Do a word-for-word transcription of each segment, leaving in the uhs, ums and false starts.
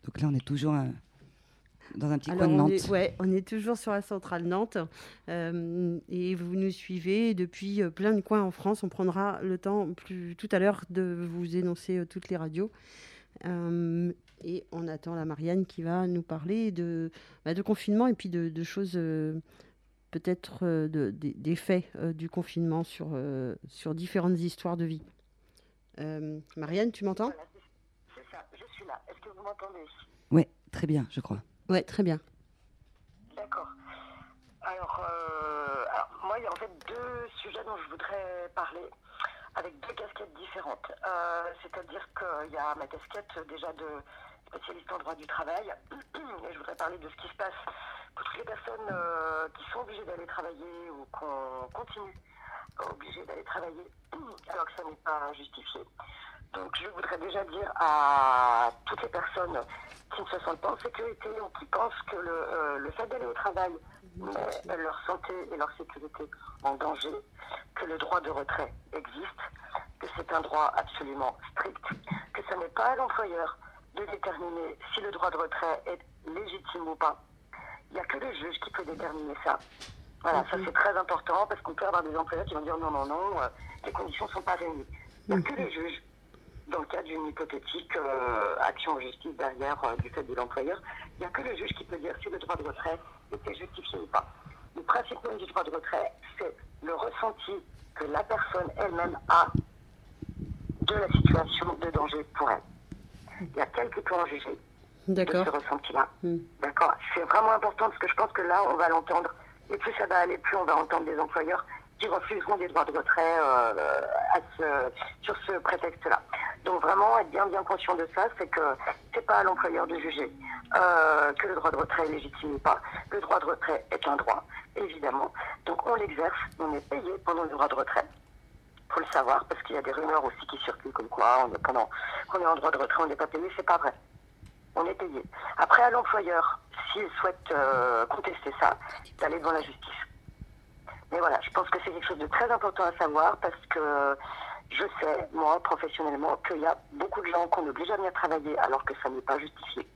Donc là, on est toujours euh, dans un petit Alors, coin de on Nantes. est, ouais, on est toujours sur la centrale Nantes euh, et vous nous suivez depuis euh, plein de coins en France. On prendra le temps plus, tout à l'heure de vous énoncer euh, toutes les radios. Euh, et on attend la Marianne qui va nous parler de, bah, de confinement et puis de, de choses, euh, peut-être euh, de, des, des faits euh, du confinement sur, euh, sur différentes histoires de vie. Euh, Marianne, tu m'entends? Voilà, c'est c'est ça, je suis là. Est-ce que vous m'entendez? Ouais, très bien, je crois. Ouais, très bien. D'accord. Alors, euh, alors, moi, il y a en fait deux sujets dont je voudrais parler, avec deux casquettes différentes. Euh, c'est-à-dire qu'il y a ma casquette déjà de spécialiste en droit du travail, et je voudrais parler de ce qui se passe pour toutes les personnes euh, qui sont obligées d'aller travailler ou qu'on continue obligées d'aller travailler alors que ça n'est pas justifié. Donc je voudrais déjà dire à toutes les personnes qui ne se sentent pas en sécurité ou qui pensent que le, euh, le fait d'aller au travail met leur santé et leur sécurité en danger, que le droit de retrait existe, que c'est un droit absolument strict, que ce n'est pas à l'employeur de déterminer si le droit de retrait est légitime ou pas. Il n'y a que le juge qui peut déterminer ça. Voilà, ça c'est très important parce qu'on peut avoir des employeurs qui vont dire non, non, non, euh, les conditions ne sont pas réunies. Il n'y a que le juge, dans le cadre d'une hypothétique euh, action en justice derrière euh, du fait de l'employeur, il n'y a que le juge qui peut dire si le droit de retrait était justifié ou pas. Le principe même du droit de retrait, c'est le ressenti que la personne elle-même a de la situation de danger pour elle. Il y a quelqu'un qui peut en juger de D'accord. ce ressenti-là. Mm. D'accord. C'est vraiment important parce que je pense que là, on va l'entendre. Et plus ça va aller, plus on va entendre des employeurs qui refuseront des droits de retrait euh, à ce, sur ce prétexte-là. Donc vraiment, être bien bien conscient de ça, c'est que c'est pas à l'employeur de juger euh, que le droit de retrait est légitime ou pas. Le droit de retrait est un droit, évidemment. Donc on l'exerce, on est payé pendant le droit de retrait. Faut le savoir, parce qu'il y a des rumeurs aussi qui circulent comme quoi on est, pendant qu'on est en droit de retrait, on n'est pas payé, c'est pas vrai. On est payé. Après, à l'employeur, s'il souhaite euh, contester ça, d'aller devant la justice. Mais voilà, je pense que c'est quelque chose de très important à savoir parce que je sais, moi, professionnellement, qu'il y a beaucoup de gens qu'on oblige à venir travailler alors que ça n'est pas justifié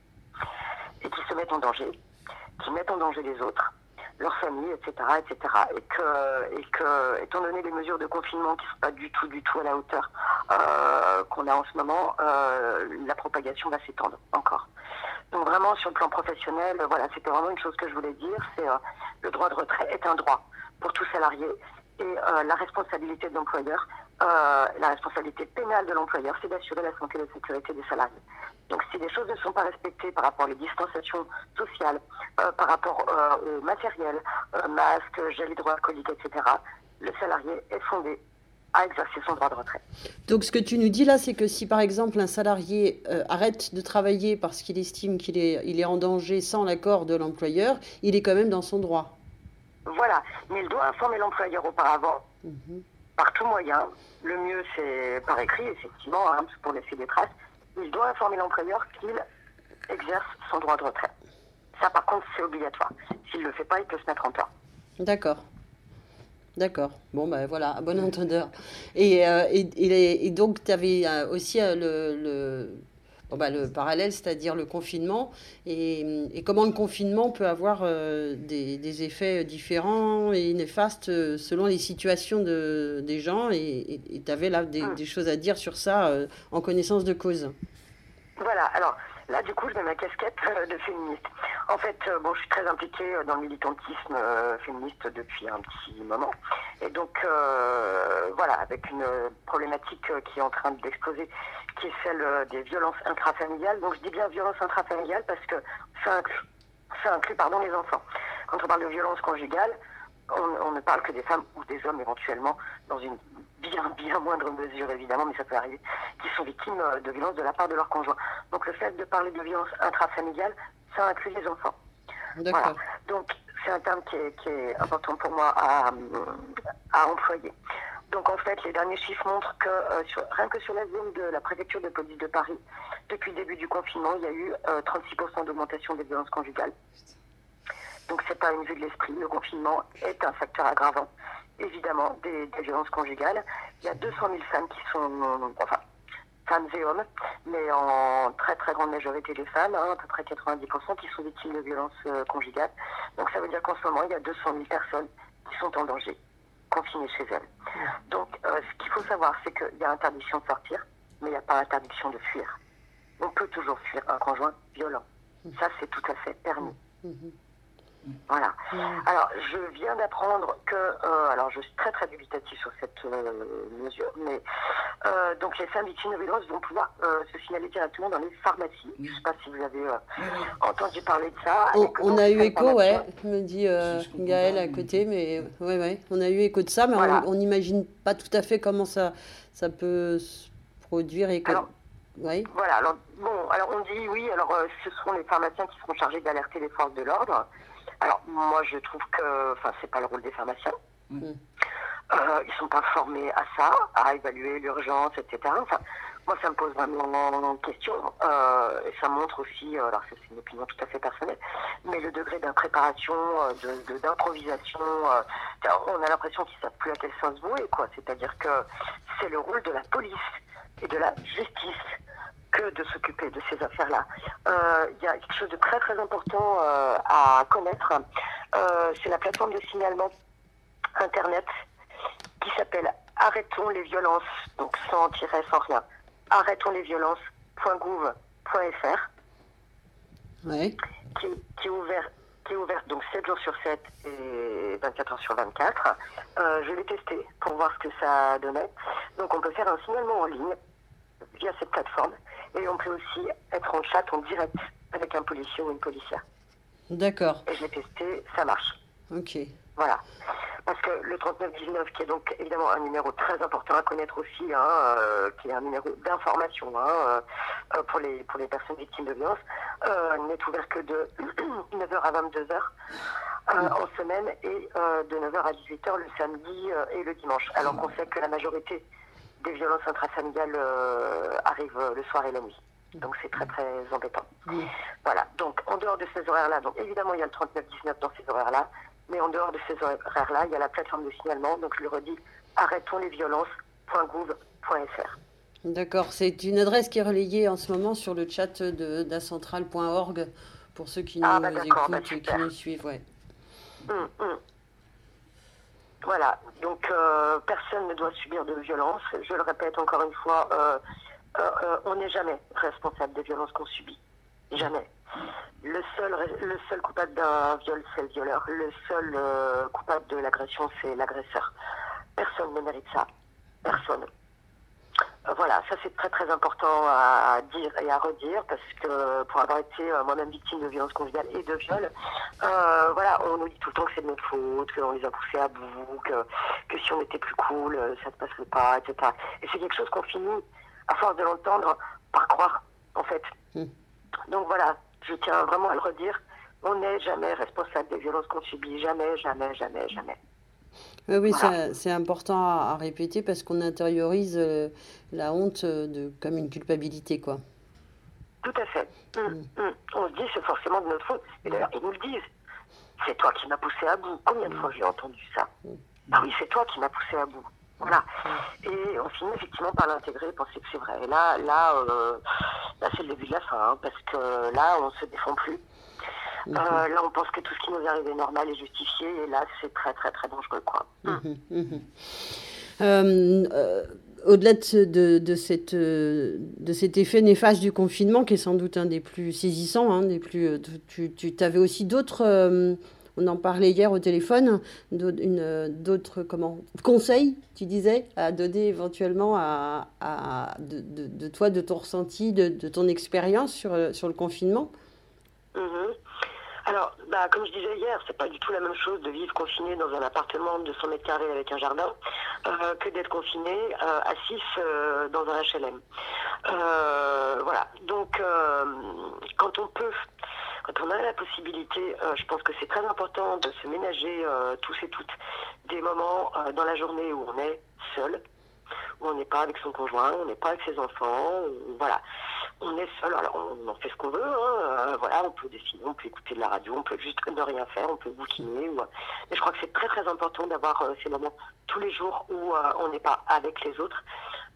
et qui se mettent en danger, qui mettent en danger les autres, leur famille, et cetera, et cetera. Et que, et que, étant donné les mesures de confinement qui ne sont pas du tout, du tout à la hauteur euh, qu'on a en ce moment, euh, la propagation va s'étendre encore. Donc vraiment, sur le plan professionnel, voilà, c'était vraiment une chose que je voulais dire, c'est euh, le droit de retrait est un droit pour tout salarié et euh, la responsabilité de l'employeur, euh, la responsabilité pénale de l'employeur, c'est d'assurer la santé et la sécurité des salariés. Donc si les choses ne sont pas respectées par rapport aux distanciations sociales, euh, par rapport euh, au matériel, euh, masque, gel hydroalcoolique, et cetera, le salarié est fondé à exercer son droit de retrait. Donc ce que tu nous dis là, c'est que si par exemple un salarié euh, arrête de travailler parce qu'il estime qu'il est, il est en danger sans l'accord de l'employeur, il est quand même dans son droit. Voilà, mais il doit informer l'employeur auparavant, Mhm. par tout moyen. Le mieux, c'est par écrit, effectivement, hein, pour laisser des traces. Il doit informer l'employeur qu'il exerce son droit de retrait. Ça, par contre, c'est obligatoire. S'il ne le fait pas, il peut se mettre en tort. D'accord. D'accord. Bon, ben voilà, à bon entendeur. Et, euh, et, et, et donc, tu avais euh, aussi euh, le, le, bon, bah, le parallèle, c'est-à-dire le confinement, et, et comment le confinement peut avoir euh, des, des effets différents et néfastes euh, selon les situations de, des gens. Et tu avais là des, Hum. des choses à dire sur ça euh, en connaissance de cause. Voilà, alors là, du coup, je mets ma casquette euh, de féministe. En fait, euh, bon, je suis très impliquée euh, dans le militantisme euh, féministe depuis un petit moment. Et donc, euh, voilà, avec une euh, problématique euh, qui est en train d'exploser, qui est celle euh, des violences intrafamiliales. Donc, je dis bien violences intrafamiliales parce que ça inclut, ça inclut pardon, les enfants. Quand on parle de violence conjugale, on, on ne parle que des femmes ou des hommes éventuellement, dans une bien, bien moindre mesure évidemment, mais ça peut arriver, qui sont victimes de violences de la part de leur conjoint. Donc le fait de parler de violence intrafamiliale, ça inclut les enfants. D'accord. Voilà. Donc c'est un terme qui est, qui est important pour moi à, à employer. Donc en fait, les derniers chiffres montrent que euh, sur, rien que sur la zone de la préfecture de police de Paris, depuis le début du confinement, il y a eu euh, trente-six pour cent d'augmentation des violences conjugales. Donc c'est pas une vue de l'esprit. Le confinement est un facteur aggravant, évidemment, des, des violences conjugales. Il y a deux cent mille femmes qui sont, enfin, femmes et hommes, mais en très très grande majorité des femmes, hein, à peu près quatre-vingt-dix pour cent qui sont victimes de violences euh, conjugales. Donc ça veut dire qu'en ce moment, il y a deux cent mille personnes qui sont en danger, confinées chez elles. Donc euh, ce qu'il faut savoir, c'est qu'il y a interdiction de sortir, mais il n'y a pas interdiction de fuir. On peut toujours fuir un conjoint violent. Ça, c'est tout à fait permis. Voilà. Alors, je viens d'apprendre que, euh, alors je suis très très dubitative sur cette euh, mesure, mais euh, donc les femmes victimes de violences vont pouvoir euh, se signaler directement dans les pharmacies. Je ne sais pas si vous avez euh, entendu parler de ça. On, Avec- on donc, a c'est eu pas une écho, ouais, pharmacie. me dit euh, Je- je comprends Gaëlle pas, à mais- côté, mais ouais, ouais, on a eu écho de ça, mais Voilà. on on n'imagine pas tout à fait comment ça, ça peut se produire et que... Alors, ouais. Voilà, alors bon, alors on dit oui, alors euh, ce seront les pharmaciens qui seront chargés d'alerter les forces de l'ordre. Alors moi je trouve que, enfin c'est pas le rôle des pharmaciens. Mm. Euh, ils sont pas formés à ça, à évaluer l'urgence, et cetera. Enfin, moi ça me pose vraiment question. Euh, et ça montre aussi, euh, alors ça c'est une opinion tout à fait personnelle, mais le degré d'impréparation, euh, de, de- d'improvisation, euh, on a l'impression qu'ils savent plus à quel sens vouer, quoi. C'est-à-dire que c'est le rôle de la police et de la justice que de s'occuper de ces affaires-là. Euh, Il y a quelque chose de très très important euh, à connaître. Euh, c'est la plateforme de signalement Internet qui s'appelle Arrêtons les violences, donc sans tiret, sans rien. arrêtons les violences point gouv point f r Ouais. qui, qui est ouvert qui est ouverte donc sept jours sur sept et vingt-quatre heures sur vingt-quatre. Euh, je l'ai testé pour voir ce que ça donnait. Donc on peut faire un signalement en ligne via cette plateforme et on peut aussi être en chat en direct avec un policier ou une policière. D'accord, Et je l'ai testé, ça marche. ok. Voilà. Parce que le trente-neuf dix-neuf, qui est donc évidemment un numéro très important à connaître aussi, hein, euh, qui est un numéro d'information hein, euh, pour, les, pour les personnes victimes de violences, euh, n'est ouvert que de neuf heures à vingt-deux heures euh, en semaine et euh, de neuf heures à dix-huit heures le samedi euh, et le dimanche. Alors qu'on sait que la majorité des violences intrafamiliales euh, arrivent euh, le soir et la nuit. Donc c'est très très embêtant. Mm. Voilà, donc en dehors de ces horaires-là, donc évidemment il y a le trente-neuf dix-neuf dans ces horaires-là, mais en dehors de ces horaires-là, il y a la plateforme de signalement, donc je le redis, arrêtons les violences point gouv point f r. D'accord, c'est une adresse qui est relayée en ce moment sur le chat de d'ascentral point org pour ceux qui nous Ah, bah, d'accord, écoutent bah, et qui super. nous suivent, ouais. Hum, hum. Voilà, donc euh, personne ne doit subir de violence. Je le répète encore une fois, euh, euh, euh, on n'est jamais responsable des violences qu'on subit. Jamais. Le seul, le seul coupable d'un viol, c'est le violeur. Le seul euh, coupable de l'agression, c'est l'agresseur. Personne ne mérite ça. Personne. Euh, voilà, ça c'est très très important à dire et à redire parce que pour avoir été euh, moi-même victime de violences conjugales et de viols, euh, voilà, on nous dit tout le temps que c'est de notre faute, qu'on les a poussés à bout, que, que si on était plus cool, euh, ça ne se passerait pas, et cetera. Et c'est quelque chose qu'on finit, à force de l'entendre, par croire, en fait. Mm. Donc voilà, je tiens vraiment à le redire, on n'est jamais responsable des violences qu'on subit, jamais, jamais, jamais, jamais. Oui, oui, Voilà. c'est c'est important à, à répéter parce qu'on intériorise euh, la honte euh, de, comme une culpabilité, quoi. Tout à fait. Hum, hum. On se dit c'est forcément de notre faute. Et d'ailleurs, ils nous le disent. C'est toi qui m'as poussé à bout. Combien de fois j'ai entendu ça? Ah oui, c'est toi qui m'as poussé à bout. Voilà. Et on finit effectivement par l'intégrer, penser que c'est vrai. Et là, là, euh, là c'est le début de la fin, hein, parce que là, on se défend plus. Euh, là, on pense que tout ce qui nous arrive est normal et justifié, et là, c'est très, très, très dangereux, quoi. Hum. Mhm, mhm. Euh, euh, au-delà de, ce- de, de cette, euh, de cet effet néfaste du confinement, qui est sans doute un des plus saisissants, hein, des plus, euh, tu, tu avais aussi d'autres, euh, on en parlait hier au téléphone, d'autres, une, euh, d'autres comment, conseils, tu disais, à donner éventuellement à, à, de, de, de toi, de ton ressenti, de, de ton expérience sur, euh, sur le confinement. Mhm. Alors, bah, comme je disais hier, c'est pas du tout la même chose de vivre confiné dans un appartement de cent mètres carrés avec un jardin euh, que d'être confiné euh, à six euh, dans un H L M. Euh, voilà. Donc, euh, quand on peut, quand on a la possibilité, euh, je pense que c'est très important de se ménager euh, tous et toutes des moments euh, dans la journée où on est seul, où on n'est pas avec son conjoint, on n'est pas avec ses enfants, où, voilà. On est seul, alors on en fait ce qu'on veut, hein, euh, voilà, on peut dessiner, on peut écouter de la radio, on peut juste ne rien faire, on peut bouquiner. Ou, mais je crois que c'est très très important d'avoir euh, ces moments tous les jours où euh, on n'est pas avec les autres,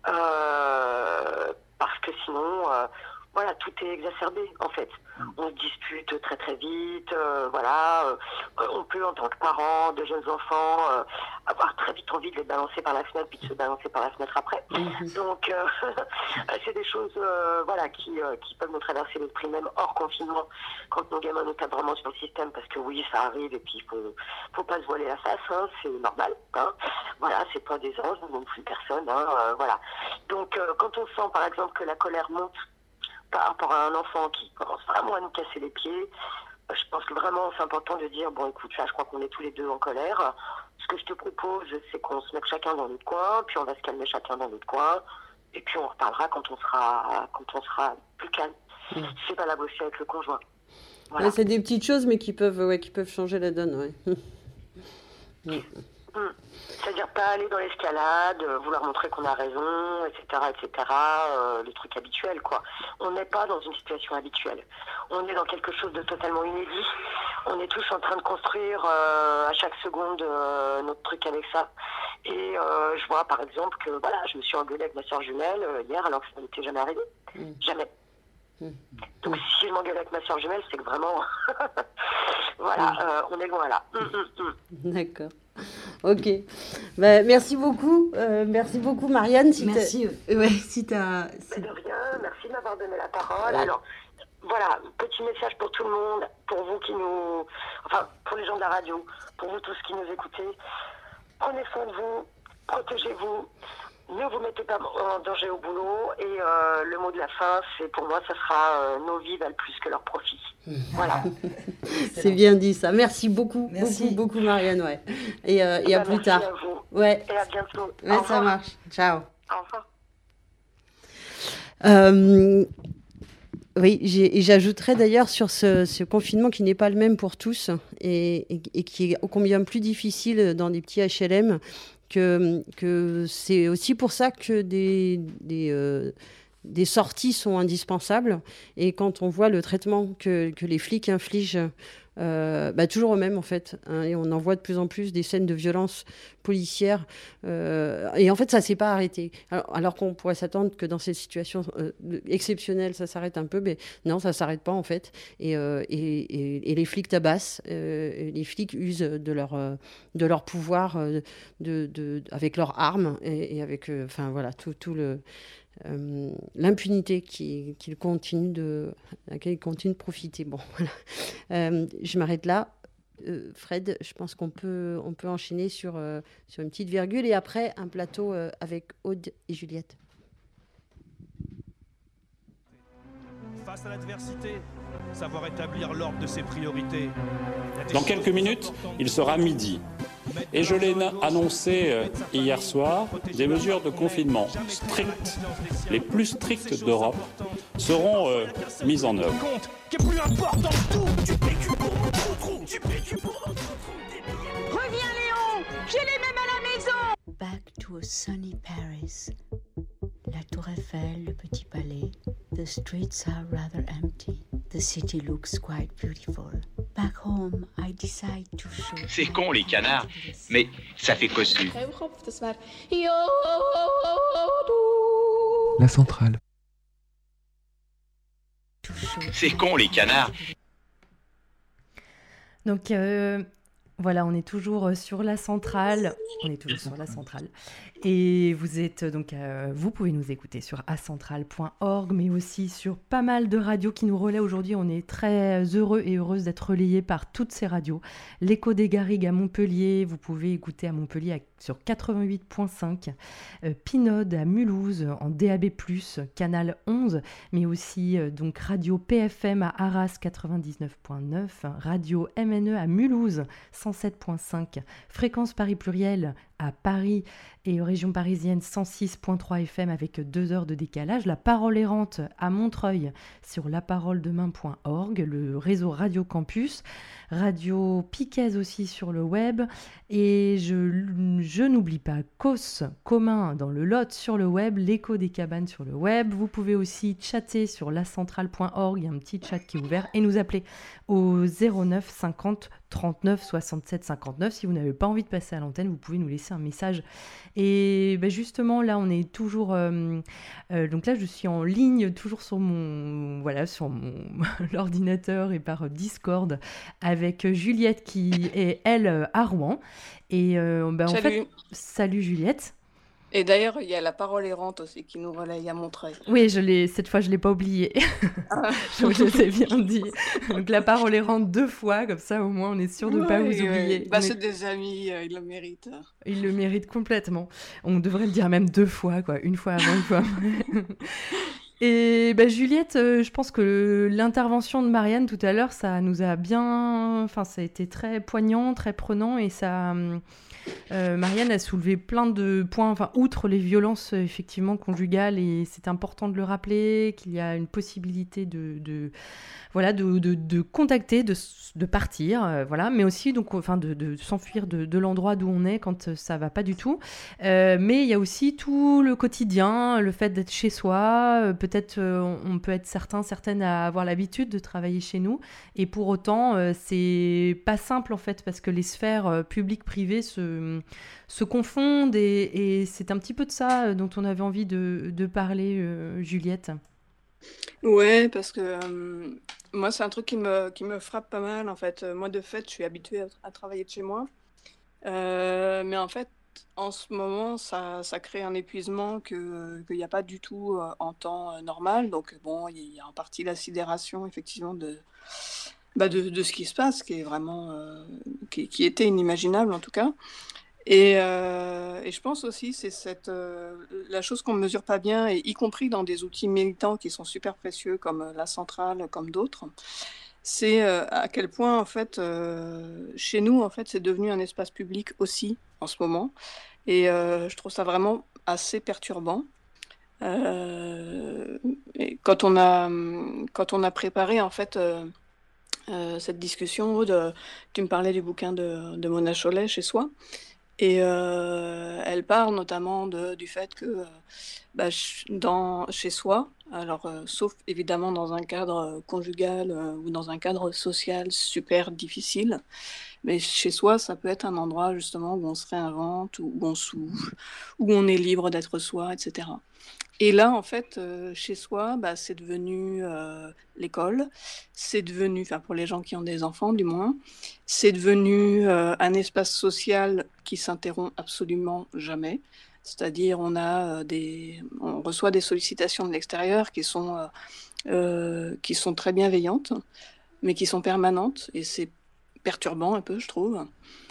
Euh, parce que sinon, euh, voilà, tout est exacerbé en fait. On se dispute très très vite, euh, voilà. Euh, on peut en tant que parent de jeunes enfants euh, avoir très vite envie de les balancer par la fenêtre puis de se balancer par la fenêtre après. Mm-hmm. Donc euh, c'est des choses, euh, voilà, qui euh, qui peuvent nous traverser l'esprit même hors confinement quand nos gamins nous tapent vraiment sur le système parce que oui, ça arrive et puis il faut faut pas se voiler la face, hein, c'est normal. Hein. Voilà, c'est pas des anges, non plus personne, hein, euh, voilà. Donc euh, quand on sent par exemple que la colère monte par rapport à un enfant qui commence vraiment à nous casser les pieds, je pense que vraiment c'est important de dire, bon écoute, là je crois qu'on est tous les deux en colère, ce que je te propose c'est qu'on se mette chacun dans notre coin, puis on va se calmer chacun dans notre coin, et puis on reparlera quand on sera, quand on sera plus calme. Mmh. C'est valable aussi avec le conjoint. Voilà. Ouais, c'est des petites choses mais qui peuvent, ouais, qui peuvent changer la donne, ouais. Mmh. Mmh. C'est-à-dire pas aller dans l'escalade, euh, vouloir montrer qu'on a raison, et cetera, et cetera. Euh, les trucs habituels, quoi. On n'est pas dans une situation habituelle. On est dans quelque chose de totalement inédit. On est tous en train de construire euh, à chaque seconde euh, notre truc avec ça. Et euh, je vois par exemple que voilà, je me suis engueulée avec ma soeur jumelle euh, hier alors que ça n'était jamais arrivé. Mmh. Jamais. Mmh. Donc si je m'engueule avec ma soeur jumelle, c'est que vraiment, voilà, mmh. euh, on est loin là. Mmh, mmh, mmh. D'accord. Ok. Bah, merci beaucoup. Euh, merci beaucoup, Marianne. Si merci. T'as... Ouais, si t'as... Si... De rien. Merci de m'avoir donné la parole. Ouais. Alors, voilà, petit message pour tout le monde, pour vous qui nous... Enfin, pour les gens de la radio, pour vous tous qui nous écoutez. Prenez soin de vous, protégez-vous. Ne vous mettez pas en danger au boulot. Et euh, le mot de la fin, c'est pour moi, ça sera euh, nos vies valent plus que leurs profits. Voilà. C'est bien dit ça. Merci beaucoup, Merci. beaucoup, beaucoup, Marianne. Ouais. Et, euh, et bah, à plus tard. À vous. Ouais. Et à bientôt. Ouais, ça marche. Ciao. Au revoir. Euh, oui, j'ai, et j'ajouterais d'ailleurs sur ce, ce confinement qui n'est pas le même pour tous et, et, et qui est ô combien plus difficile dans des petits H L M. Que, que c'est aussi pour ça que des, des, euh, des sorties sont indispensables. Et quand on voit le traitement que, que les flics infligent, euh, bah, toujours eux-mêmes en fait, hein, et on en voit de plus en plus des scènes de violence policière. Euh, et en fait, ça ne s'est pas arrêté. Alors, alors qu'on pourrait s'attendre que dans ces situations euh, exceptionnelles, ça s'arrête un peu, mais non, ça ne s'arrête pas en fait. Et, euh, et, et, et les flics tabassent, euh, les flics usent de leur, euh, de leur pouvoir euh, de, de, avec leurs armes et, et avec euh, enfin, voilà, tout, tout le... Euh, l'impunité qui, qui continue de, à laquelle il continue de profiter. Bon, voilà. Euh, je m'arrête là. Euh, Fred, je pense qu'on peut, on peut enchaîner sur, euh, sur une petite virgule et après un plateau euh, avec Aude et Juliette. Face à l'adversité, savoir établir l'ordre de ses priorités. Dans quelques minutes, il sera midi. Et je l'ai annoncé euh, hier soir, des mesures de confinement strictes, les plus strictes d'Europe, seront euh, mises en œuvre. Reviens Léon, j'ai les mêmes à la maison. Back to a sunny Paris. La Tour Eiffel, le Petit Palais. The streets are rather empty. The city looks quite beautiful. Back home, I decide to show. C'est con les canards, mais ça fait cossu. La centrale. C'est con les canards. Donc euh, voilà, on est toujours sur la centrale. On est toujours sur la centrale. Et vous êtes donc, euh, vous pouvez nous écouter sur a centrale point org, mais aussi sur pas mal de radios qui nous relaient aujourd'hui. On est très heureux et heureuse d'être relayés par toutes ces radios. L'Écho des Garrigues à Montpellier, vous pouvez écouter à Montpellier à, sur quatre-vingt-huit point cinq. Euh, Pinode à Mulhouse en D A B plus, canal onze, mais aussi euh, donc radio P F M à Arras quatre-vingt-dix-neuf point neuf, radio M N E à Mulhouse cent sept point cinq, fréquence Paris Pluriel à Paris et région parisienne cent six point trois F M avec deux heures de décalage. La Parole errante à Montreuil sur la parole demain point org, le réseau Radio Campus, Radio Piquez aussi sur le web. Et je, je n'oublie pas Cos commun dans le Lot sur le web, l'Écho des Cabanes sur le web. Vous pouvez aussi chatter sur la centrale point org, il y a un petit chat qui est ouvert, et nous appeler au zéro neuf cinquante trente-neuf soixante-sept cinquante-neuf. Si vous n'avez pas envie de passer à l'antenne, vous pouvez nous laisser un message. Et ben justement, là, on est toujours... Euh, euh, donc là, je suis en ligne, toujours sur mon, voilà, sur mon l'ordinateur et par Discord, avec Juliette qui est, elle, à Rouen. Et euh, ben, en Salut. fait, salut Juliette. Et d'ailleurs, il y a la parole errante aussi qui nous relaye à Montreuil. Oui, je l'ai, cette fois, je ne l'ai pas oublié. Ah. Donc, je l'ai bien dit. Donc, la parole errante deux fois, comme ça, au moins, on est sûr de ne Ouais, pas vous ouais. oublier. Bah, On c'est est- des amis, euh, ils le méritent. Il le mérite complètement. On devrait le dire même deux fois, quoi. Une fois avant, une fois après. Et bah, Juliette, euh, je pense que l'intervention de Marianne tout à l'heure, ça nous a bien... Enfin, ça a été très poignant, très prenant, et ça... hum, euh, Marianne a soulevé plein de points, enfin, outre les violences, euh, effectivement, conjugales, et c'est important de le rappeler, qu'il y a une possibilité de... de voilà, de, de, de contacter, de, s- de partir, euh, voilà, mais aussi donc, enfin, de, de s'enfuir de, de l'endroit d'où on est quand euh, ça va pas du tout. Euh, mais il y a aussi tout le quotidien, le fait d'être chez soi. euh, Peut-être euh, on on peut être certains, certaines à avoir l'habitude de travailler chez nous, et pour autant, euh, c'est pas simple en fait, parce que les sphères euh, publiques, privées se, se confondent, et, et c'est un petit peu de ça euh, dont on avait envie de, de parler, euh, Juliette. Ouais, parce que euh, moi, c'est un truc qui me, qui me frappe pas mal, en fait. Euh, Moi, de fait, je suis habituée à, à travailler de chez moi. Euh, mais en fait, en ce moment, ça, ça crée un épuisement que, qu'il n'y a pas du tout euh, en temps euh, normal. Donc, bon, il y a en partie la sidération, effectivement, de, bah, de, de ce qui se passe, qui est vraiment, euh, qui, qui était inimaginable, en tout cas. Et, euh, et je pense aussi, c'est cette, euh, la chose qu'on ne mesure pas bien, et y compris dans des outils militants qui sont super précieux, comme euh, la centrale, comme d'autres, c'est euh, à quel point, en fait, euh, chez nous, en fait, c'est devenu un espace public aussi, en ce moment. Et euh, je trouve ça vraiment assez perturbant. Euh, et quand on a, hum, quand on a préparé, en fait, euh, euh, cette discussion, Aude, euh, tu me parlais du bouquin de, de Mona Chollet, Chez soi. Et euh, elle parle notamment de, du fait que euh, bah, ch- dans, chez soi, alors euh, sauf évidemment dans un cadre euh, conjugal euh, ou dans un cadre social super difficile, mais chez soi, ça peut être un endroit justement où on se réinvente, où on souffle, où on est libre d'être soi, et cetera. Et là, en fait, euh, chez soi, bah, c'est devenu euh, l'école, c'est devenu, enfin pour les gens qui ont des enfants du moins, c'est devenu euh, un espace social qui s'interrompt absolument jamais. C'est-à-dire, on a euh, des, on reçoit des sollicitations de l'extérieur qui sont, euh, euh, qui sont très bienveillantes, mais qui sont permanentes, et c'est perturbant un peu, je trouve.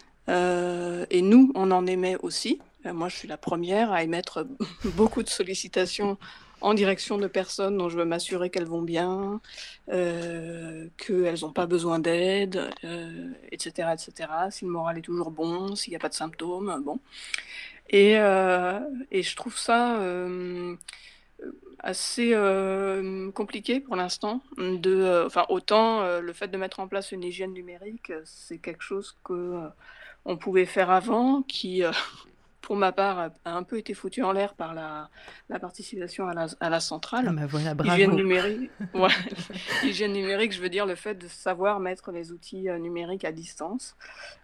Euh, et nous, on en émet aussi. Euh, Moi, je suis la première à émettre beaucoup de sollicitations en direction de personnes dont je veux m'assurer qu'elles vont bien, euh, qu'elles n'ont pas besoin d'aide, euh, et cetera, et cetera. Si le moral est toujours bon, s'il n'y a pas de symptômes, bon. Et, euh, et je trouve ça euh, assez euh, compliqué pour l'instant. De, euh, enfin, autant euh, le fait de mettre en place une hygiène numérique, euh, c'est quelque chose que euh, on pouvait faire avant, qui, euh, pour ma part, a a un peu été foutu en l'air par la, la participation à la, à la centrale. Ah bah voilà, Hygiène bravo. numérique, ouais. Hygiène numérique, je veux dire le fait de savoir mettre les outils euh, numériques à distance.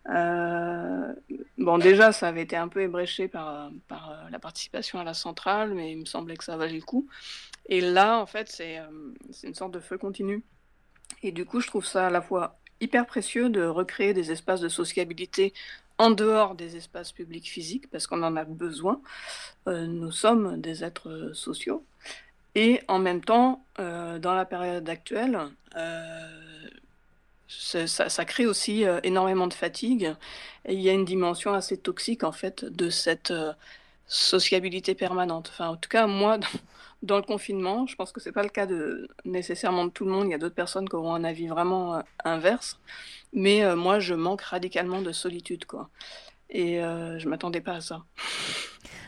Euh, bon, déjà, ça avait été un peu ébréché par, euh, par euh, la participation à la centrale, mais il me semblait que ça valait le coup. Et là, en fait, c'est euh, c'est une sorte de feu continu. Et du coup, je trouve ça à la fois hyper précieux de recréer des espaces de sociabilité en dehors des espaces publics physiques, parce qu'on en a besoin. Euh, nous sommes des êtres euh, sociaux. Et en même temps, euh, dans la période actuelle, euh, c'est- ça, ça crée aussi euh, énormément de fatigue. Et il y a une dimension assez toxique, en fait, de cette euh, sociabilité permanente. Enfin, en tout cas, moi, dans, dans le confinement, je pense que c'est pas le cas de, nécessairement de tout le monde. Il y a d'autres personnes qui auront un avis vraiment euh, inverse. Mais euh, moi, je manque radicalement de solitude, quoi. Et euh, je m'attendais pas à ça.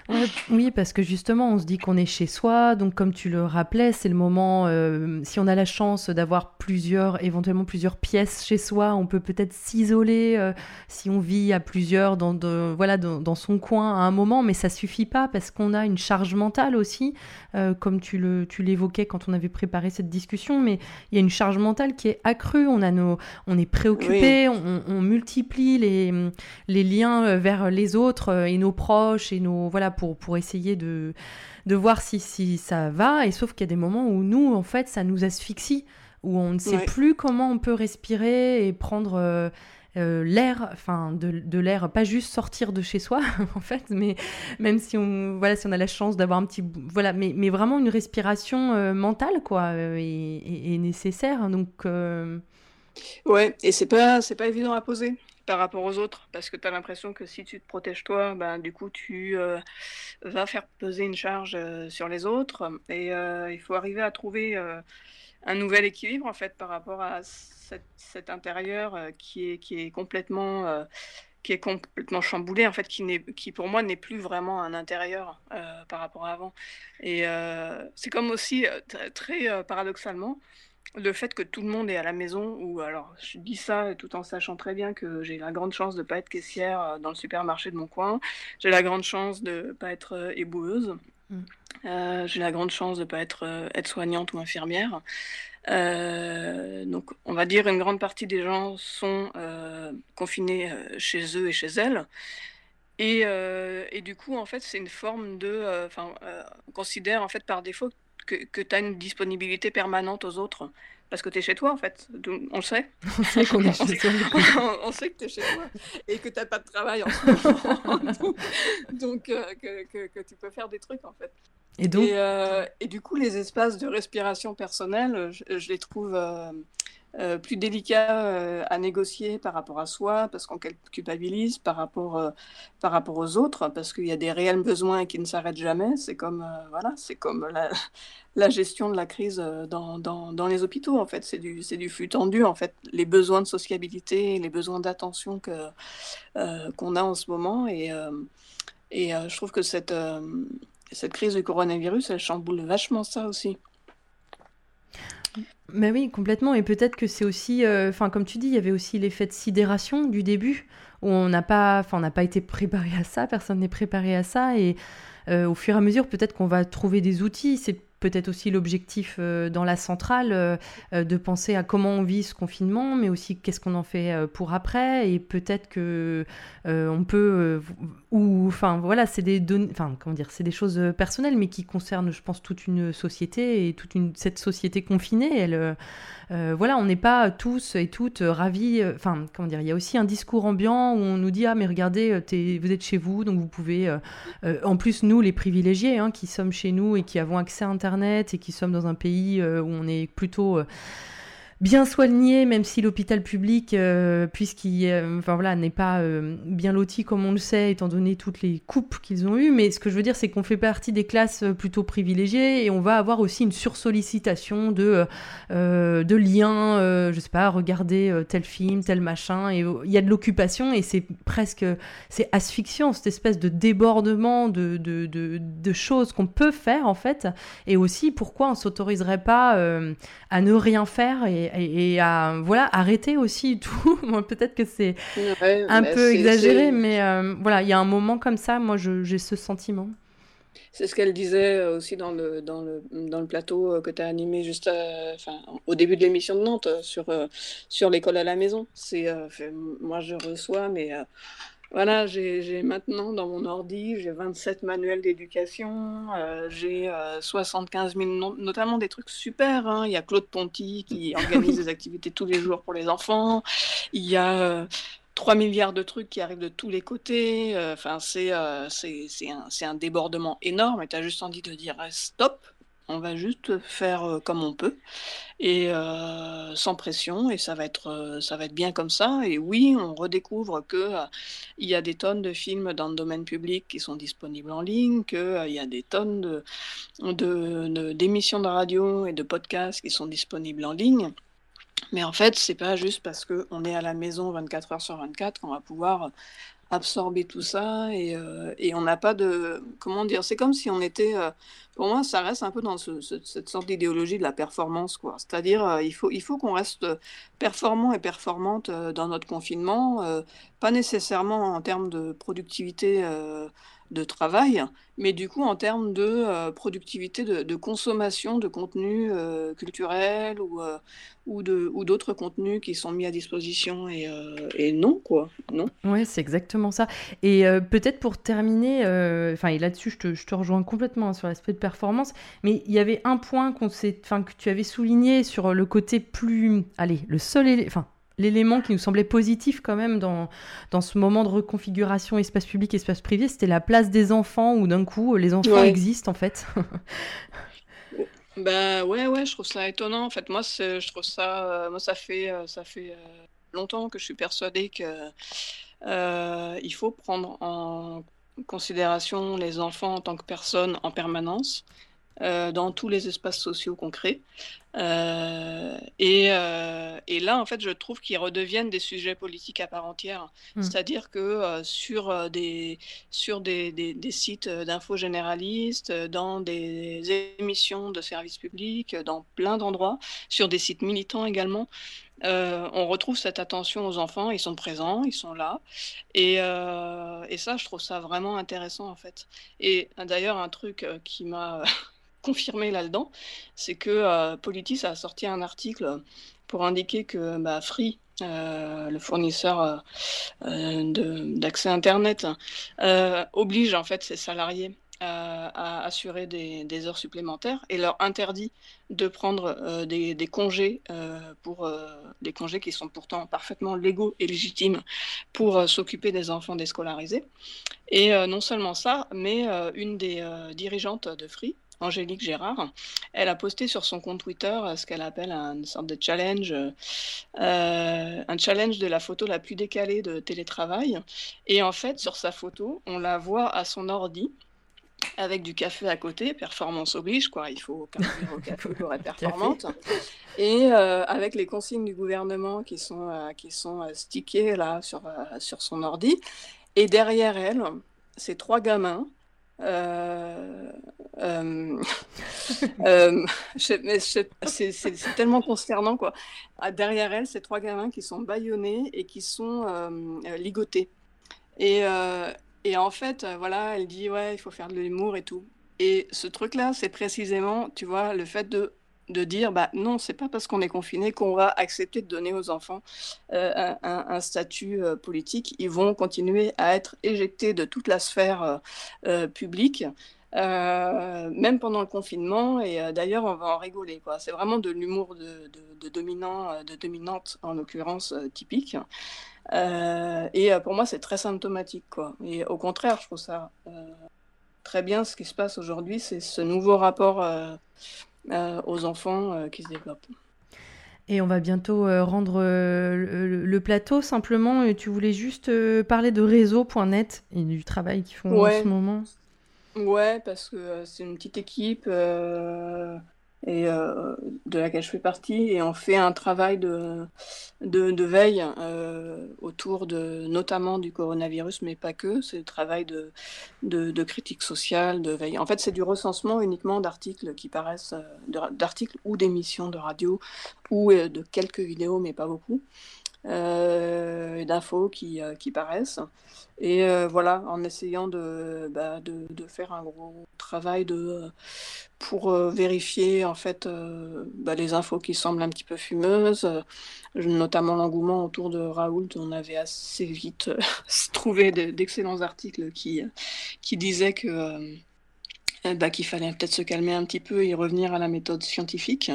Ouais, oui, parce que justement, on se dit qu'on est chez soi, donc comme tu le rappelais, c'est le moment, euh, si on a la chance d'avoir plusieurs, éventuellement plusieurs pièces chez soi, on peut peut-être s'isoler euh, si on vit à plusieurs dans, de, voilà, dans, dans son coin à un moment, mais ça suffit pas parce qu'on a une charge mentale aussi, euh, comme tu, le, tu l'évoquais quand on avait préparé cette discussion, mais il y a une charge mentale qui est accrue, on, a nos, on est préoccupé, oui. on, on multiplie les, les liens vers les autres et nos proches et nos... Voilà, pour, pour essayer de, de voir si, si ça va, et sauf qu'il y a des moments où nous, en fait, ça nous asphyxie, où on ne sait ouais. plus comment on peut respirer et prendre euh, euh, l'air, enfin, de, de l'air, pas juste sortir de chez soi, en fait, mais même si on, voilà, si on a la chance d'avoir un petit... Voilà, mais, mais vraiment une respiration euh, mentale, quoi, euh, est, est, est nécessaire, donc... Euh... Ouais, et c'est pas, c'est pas évident à poser par rapport aux autres, parce que tu as l'impression que si tu te protèges toi, ben, du coup tu euh, vas faire peser une charge euh, sur les autres, et euh, il faut arriver à trouver euh, un nouvel équilibre en fait par rapport à cette, cet intérieur euh, qui, est, qui est complètement euh, qui est complètement chamboulé en fait, qui, n'est, qui pour moi n'est plus vraiment un intérieur euh, par rapport à avant, et euh, c'est comme aussi euh, t- très euh, paradoxalement le fait que tout le monde est à la maison, ou alors je dis ça tout en sachant très bien que j'ai la grande chance de ne pas être caissière dans le supermarché de mon coin, j'ai la grande chance de ne pas être éboueuse, mm. euh, j'ai la grande chance de ne pas être euh, aide-soignante ou infirmière. Euh, donc on va dire une grande partie des gens sont euh, confinés euh, chez eux et chez elles. Et, euh, et du coup, en fait, c'est une forme de... Enfin, euh, on considère en fait par défaut que, que tu as une disponibilité permanente aux autres, parce que tu es chez toi, en fait. Donc, on le sait. On sait qu'on est chez soi. on, on sait que tu es chez toi et que tu n'as pas de travail en ce moment. donc, donc euh, que, que, que tu peux faire des trucs, en fait. Et, donc... et, euh, et du coup, les espaces de respiration personnelle, je, je les trouve... Euh, Euh, plus délicat euh, à négocier par rapport à soi, parce qu'on culpabilise par rapport, euh, par rapport aux autres, parce qu'il y a des réels besoins qui ne s'arrêtent jamais. C'est comme, euh, voilà, c'est comme la, la gestion de la crise dans, dans, dans les hôpitaux, en fait. C'est du, c'est du flux tendu, en fait. Les besoins de sociabilité, les besoins d'attention que, euh, qu'on a en ce moment. Et, euh, et euh, je trouve que cette, euh, cette crise du coronavirus, elle chamboule vachement ça aussi. Mais oui, complètement. Et peut-être que c'est aussi, enfin, euh, comme tu dis, il y avait aussi l'effet de sidération du début, où on n'a pas, enfin, on n'a pas été préparé à ça, personne n'est préparé à ça, et euh, au fur et à mesure, peut-être qu'on va trouver des outils. C'est peut-être aussi l'objectif euh, dans la centrale, euh, euh, de penser à comment on vit ce confinement, mais aussi qu'est-ce qu'on en fait euh, pour après, et peut-être que euh, on peut, euh, ou, enfin, voilà, c'est des données, enfin, comment dire, c'est des choses personnelles, mais qui concernent, je pense, toute une société, et toute une, cette société confinée, elle, euh, euh, voilà, on n'est pas tous et toutes ravis, enfin, euh, comment dire, il y a aussi un discours ambiant où on nous dit, ah, mais regardez, t'es, vous êtes chez vous, donc vous pouvez, euh, euh, en plus, nous, les privilégiés, hein, qui sommes chez nous et qui avons accès à Internet, et qui sommes dans un pays euh, où on est plutôt euh, bien soigné, même si l'hôpital public, euh, puisqu'il euh, enfin, voilà, n'est pas euh, bien loti comme on le sait, étant donné toutes les coupes qu'ils ont eues. Mais ce que je veux dire, c'est qu'on fait partie des classes plutôt privilégiées, et on va avoir aussi une sursollicitation de, euh, de liens, euh, je sais pas, regarder euh, tel film, tel machin, et il y a de l'occupation, et c'est presque, c'est asphyxiant, cette espèce de débordement de, de, de, de choses qu'on peut faire, en fait, et aussi pourquoi on s'autoriserait pas euh, à ne rien faire, et Et, et à voilà, arrêter aussi tout. Peut-être que c'est ouais, un peu c'est, exagéré, c'est... mais euh, voilà, il y a un moment comme ça, moi je, j'ai ce sentiment. C'est ce qu'elle disait aussi dans le, dans le, dans le plateau que tu as animé juste à, enfin, au début de l'émission de Nantes sur, euh, sur l'école à la maison. C'est, euh, fait, moi je reçois, mais euh, voilà, j'ai, j'ai maintenant dans mon ordi, j'ai vingt-sept manuels d'éducation, euh, j'ai euh, soixante-quinze mille, no- notamment des trucs super. Hein. Il y a Claude Ponty qui organise des activités tous les jours pour les enfants. Il y a euh, trois milliards de trucs qui arrivent de tous les côtés. Enfin, euh, c'est, euh, c'est, c'est, un, c'est un débordement énorme, et tu as juste envie de dire eh, stop. On va juste faire euh, comme on peut, et euh, sans pression, et ça va être, euh, ça va être bien comme ça. Et oui, on redécouvre qu'il euh, y a des tonnes de films dans le domaine public qui sont disponibles en ligne, qu'il euh, y a des tonnes de, de, de, d'émissions de radio et de podcasts qui sont disponibles en ligne. Mais en fait, c'est pas juste parce qu'on est à la maison vingt-quatre heures sur vingt-quatre qu'on va pouvoir absorber tout ça et, euh, et on n'a pas de... Comment dire? C'est comme si on était... Euh, pour moi, ça reste un peu dans ce, ce, cette sorte d'idéologie de la performance, quoi. C'est-à-dire, euh, il faut, il faut qu'on reste performant et performante euh, dans notre confinement, euh, pas nécessairement en termes de productivité euh, de travail, mais du coup en termes de euh, productivité de, de consommation de contenus euh, culturels ou, euh, ou, de, ou d'autres contenus qui sont mis à disposition et, euh, et non, quoi, non. Ouais, c'est exactement ça. Et euh, peut-être pour terminer, enfin, euh, et là-dessus, je te, je te rejoins complètement hein, sur l'aspect de performance, mais il y avait un point qu'on s'est, enfin, que tu avais souligné sur le côté plus, allez, le seul, élé- enfin, l'élément qui nous semblait positif quand même dans, dans ce moment de reconfiguration espace public, espace privé, c'était la place des enfants, où d'un coup, les enfants Ouais. existent en fait. Bah ouais, ouais, je trouve ça étonnant. En fait, moi, c'est, je trouve ça, euh, moi, ça fait, euh, ça fait euh, longtemps que je suis persuadée que euh, il faut prendre en considération les enfants en tant que personnes en permanence. Euh, dans tous les espaces sociaux qu'on crée. Euh, et, euh, et là, en fait, je trouve qu'ils redeviennent des sujets politiques à part entière. Mmh. C'est-à-dire que euh, sur, euh, des, sur des, des, des sites d'infos généralistes, dans des émissions de services publics, dans plein d'endroits, sur des sites militants également, Euh, on retrouve cette attention aux enfants, ils sont présents, ils sont là, et, euh, et ça, je trouve ça vraiment intéressant en fait. Et d'ailleurs, un truc qui m'a confirmé là-dedans, c'est que euh, Politis a sorti un article pour indiquer que bah, Free, euh, le fournisseur euh, de, d'accès Internet, euh, oblige en fait ses salariés à assurer des, des heures supplémentaires et leur interdit de prendre euh, des, des congés euh, pour euh, des congés qui sont pourtant parfaitement légaux et légitimes pour euh, s'occuper des enfants déscolarisés. Et euh, non seulement ça, mais euh, une des euh, dirigeantes de Free, Angélique Gérard, elle a posté sur son compte Twitter ce qu'elle appelle une sorte de challenge, euh, un challenge de la photo la plus décalée de télétravail. Et en fait, sur sa photo, on la voit à son ordi, avec du café à côté, performance oblige, quoi. Il faut carburant au café pour être performante. Et euh, avec les consignes du gouvernement qui sont, euh, qui sont euh, stickées là sur, euh, sur son ordi. Et derrière elle, ces trois gamins. Euh, euh, euh, je, mais je, c'est, c'est, c'est tellement consternant, quoi. Derrière elle, ces trois gamins qui sont bâillonnés et qui sont euh, ligotés. Et. Euh, Et en fait, euh, voilà, elle dit, ouais, il faut faire de l'humour et tout. Et ce truc-là, c'est précisément, tu vois, le fait de, de dire, bah non, c'est pas parce qu'on est confiné qu'on va accepter de donner aux enfants euh, un, un, un statut euh, politique. Ils vont continuer à être éjectés de toute la sphère euh, euh, publique, euh, même pendant le confinement. Et euh, d'ailleurs, on va en rigoler, quoi. C'est vraiment de l'humour de, de, de dominant, de dominante, en l'occurrence, euh, typique. Euh, et euh, pour moi, c'est très symptomatique, quoi. Et au contraire, je trouve ça euh, très bien ce qui se passe aujourd'hui, c'est ce nouveau rapport euh, euh, aux enfants euh, qui se développe. Et on va bientôt euh, rendre euh, le, le plateau. Simplement, tu voulais juste euh, parler de réseau point net et du travail qu'ils font ouais. en ce moment. Ouais, parce que euh, c'est une petite équipe euh, et euh, de laquelle je fais partie, et on fait un travail de, de, de veille euh, autour de, notamment du coronavirus, mais pas que. C'est le travail de, de, de critique sociale, de veille. En fait, c'est du recensement uniquement d'articles qui paraissent, d'articles ou d'émissions de radio, ou de quelques vidéos, mais pas beaucoup. Euh, d'infos qui, euh, qui paraissent, et euh, voilà, en essayant de, bah, de, de faire un gros travail de, pour euh, vérifier en fait euh, bah, les infos qui semblent un petit peu fumeuses, euh, notamment l'engouement autour de Raoult. On avait assez vite euh, trouvé de, d'excellents articles qui, qui disaient que euh, bah, qu'il fallait peut-être se calmer un petit peu et revenir à la méthode scientifique.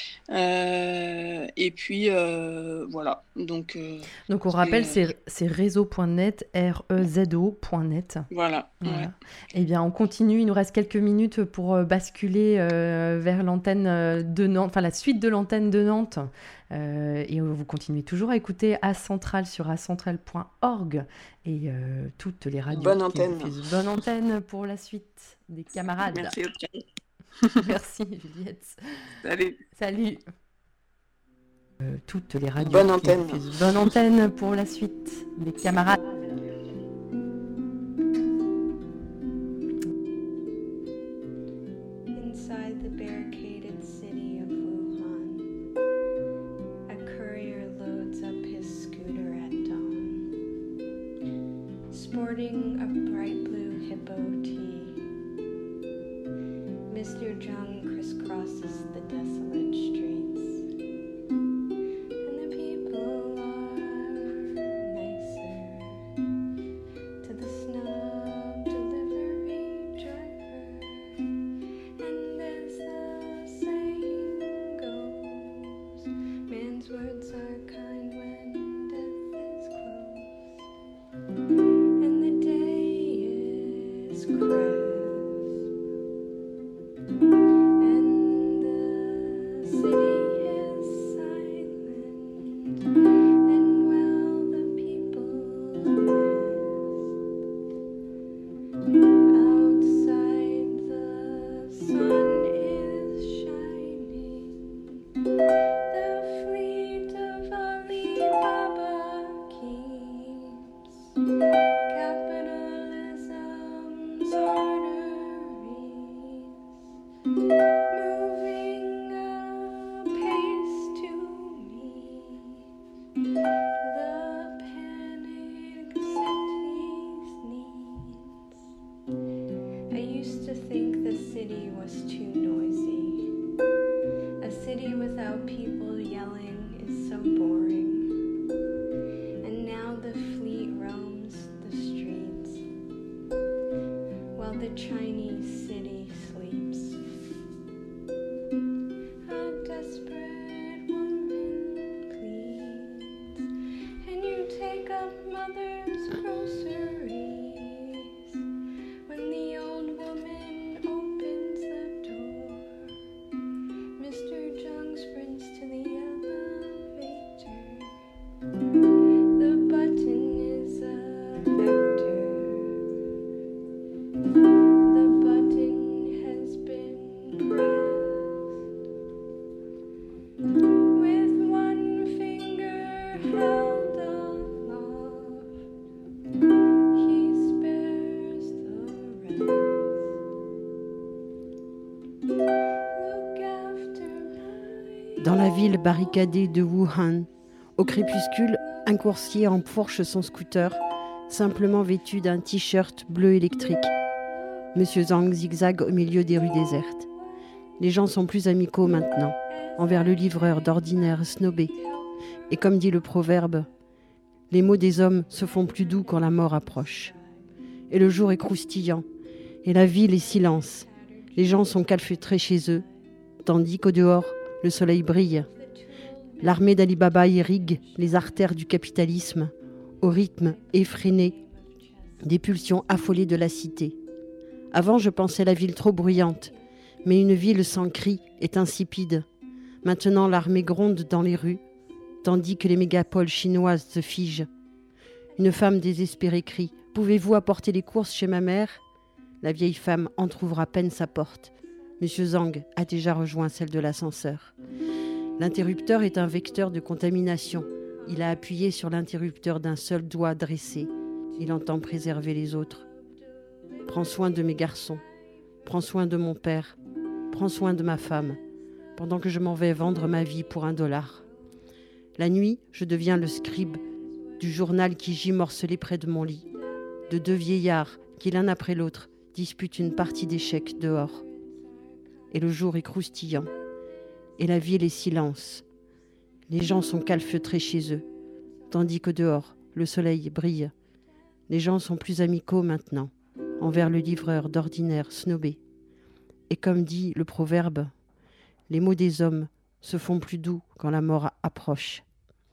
Euh, et puis euh, voilà. Donc, euh, Donc on rappelle, que... c'est, c'est réseau point net, R E Z O point net. Voilà. voilà. Ouais. Eh bien, on continue. Il nous reste quelques minutes pour basculer euh, vers l'antenne de Nantes, enfin la suite de l'antenne de Nantes. Euh, et vous continuez toujours à écouter A Central sur a central point org et euh, toutes les radios. Bonne antenne. Bonne antenne pour la suite des camarades. Merci, Octave. Merci Juliette. Salut. Salut. Euh, toutes les radios. Bonne antenne. Bonne antenne pour la suite des camarades. sporting a bright blue hippo tee. Mister Jung crisscrosses the desolate streets, and the people are nicer to the snub delivery driver. And as the saying goes, man's words are kind when death is close, and the day is crisp. Dans la ville barricadée de Wuhan, au crépuscule, un coursier enfourche son scooter, simplement vêtu d'un t-shirt bleu électrique. Monsieur Zhang zigzague au milieu des rues désertes. Les gens sont plus amicaux maintenant, envers le livreur d'ordinaire snobé. Et comme dit le proverbe, les mots des hommes se font plus doux quand la mort approche. Et le jour est croustillant, et la ville est silence. Les gens sont calfeutrés chez eux, tandis qu'au dehors, le soleil brille. L'armée d'Ali Baba irrigue les artères du capitalisme au rythme effréné des pulsions affolées de la cité. Avant, je pensais la ville trop bruyante, mais une ville sans cri est insipide. Maintenant, l'armée gronde dans les rues, tandis que les mégapoles chinoises se figent. Une femme désespérée crie « Pouvez-vous apporter les courses chez ma mère ?» La vieille femme entr'ouvre à peine sa porte. Monsieur Zhang a déjà rejoint celle de l'ascenseur. L'interrupteur est un vecteur de contamination. Il a appuyé sur l'interrupteur d'un seul doigt dressé. Il entend préserver les autres. Prends soin de mes garçons. Prends soin de mon père. Prends soin de ma femme. Pendant que je m'en vais vendre ma vie pour un dollar. La nuit, je deviens le scribe du journal qui gît morcelé près de mon lit. De deux vieillards qui, l'un après l'autre, disputent une partie d'échecs dehors. Et le jour est croustillant. Et la ville est silence. Les gens sont calfeutrés chez eux, tandis que dehors, le soleil brille. Les gens sont plus amicaux maintenant, envers le livreur d'ordinaire snobé. Et comme dit le proverbe, les mots des hommes se font plus doux quand la mort approche.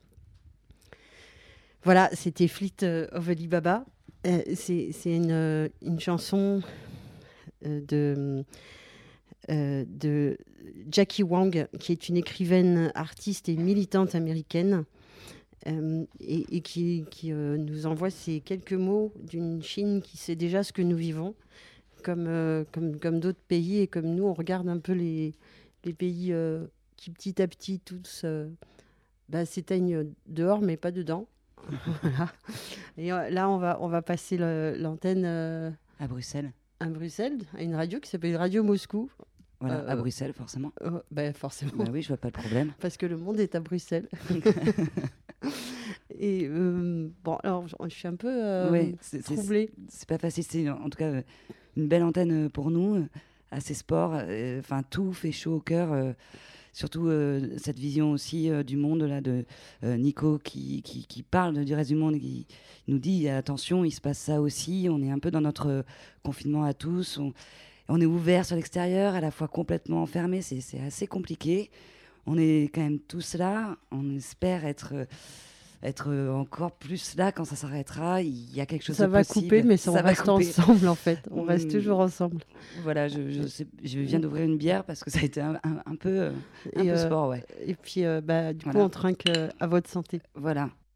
Voilà, c'était Fleet of Ali Baba. Euh, c'est, c'est une, une chanson de... Euh, de Jackie Wang, qui est une écrivaine, artiste et militante américaine, euh, et, et qui, qui euh, nous envoie ces quelques mots d'une Chine qui sait déjà ce que nous vivons, comme, euh, comme, comme d'autres pays, et comme nous, on regarde un peu les, les pays euh, qui petit à petit tous euh, bah, s'éteignent dehors, mais pas dedans. Voilà. Et euh, là, on va, on va passer le, l'antenne euh, à Bruxelles. À Bruxelles, à une radio qui s'appelle Radio Moscou. Voilà, euh, à Bruxelles, forcément. Euh, ben, forcément. Bah oui, je vois pas le problème. Parce que le monde est à Bruxelles. Et euh, bon, alors je, je suis un peu euh, Ouais, c'est- c'est- troublée. C'est pas facile. C'est en tout cas euh, une belle antenne euh, pour nous, euh, assez sport. euh, Enfin, tout fait chaud au cœur. euh, Surtout euh, cette vision aussi euh, du monde là, de euh, Nico qui, qui, qui parle de- du reste du monde et qui nous dit attention, il se passe ça aussi. On est un peu dans notre euh, confinement à tous. On, on est ouvert sur l'extérieur, à la fois complètement enfermé. C'est c'est assez compliqué. On est quand même tous là. On espère être, euh, être euh, encore plus là quand ça s'arrêtera. Il y a quelque chose Ça de va possible. couper, mais ça, on va reste couper. ensemble en fait. On reste Mm. toujours ensemble. Voilà, je, je, sais- je viens d'ouvrir une bière parce que ça a été un, un- un peu, euh, un Et, peu euh, sport, ouais. Et puis, euh, bah, du Voilà. coup, on trinque euh, à votre santé. Voilà.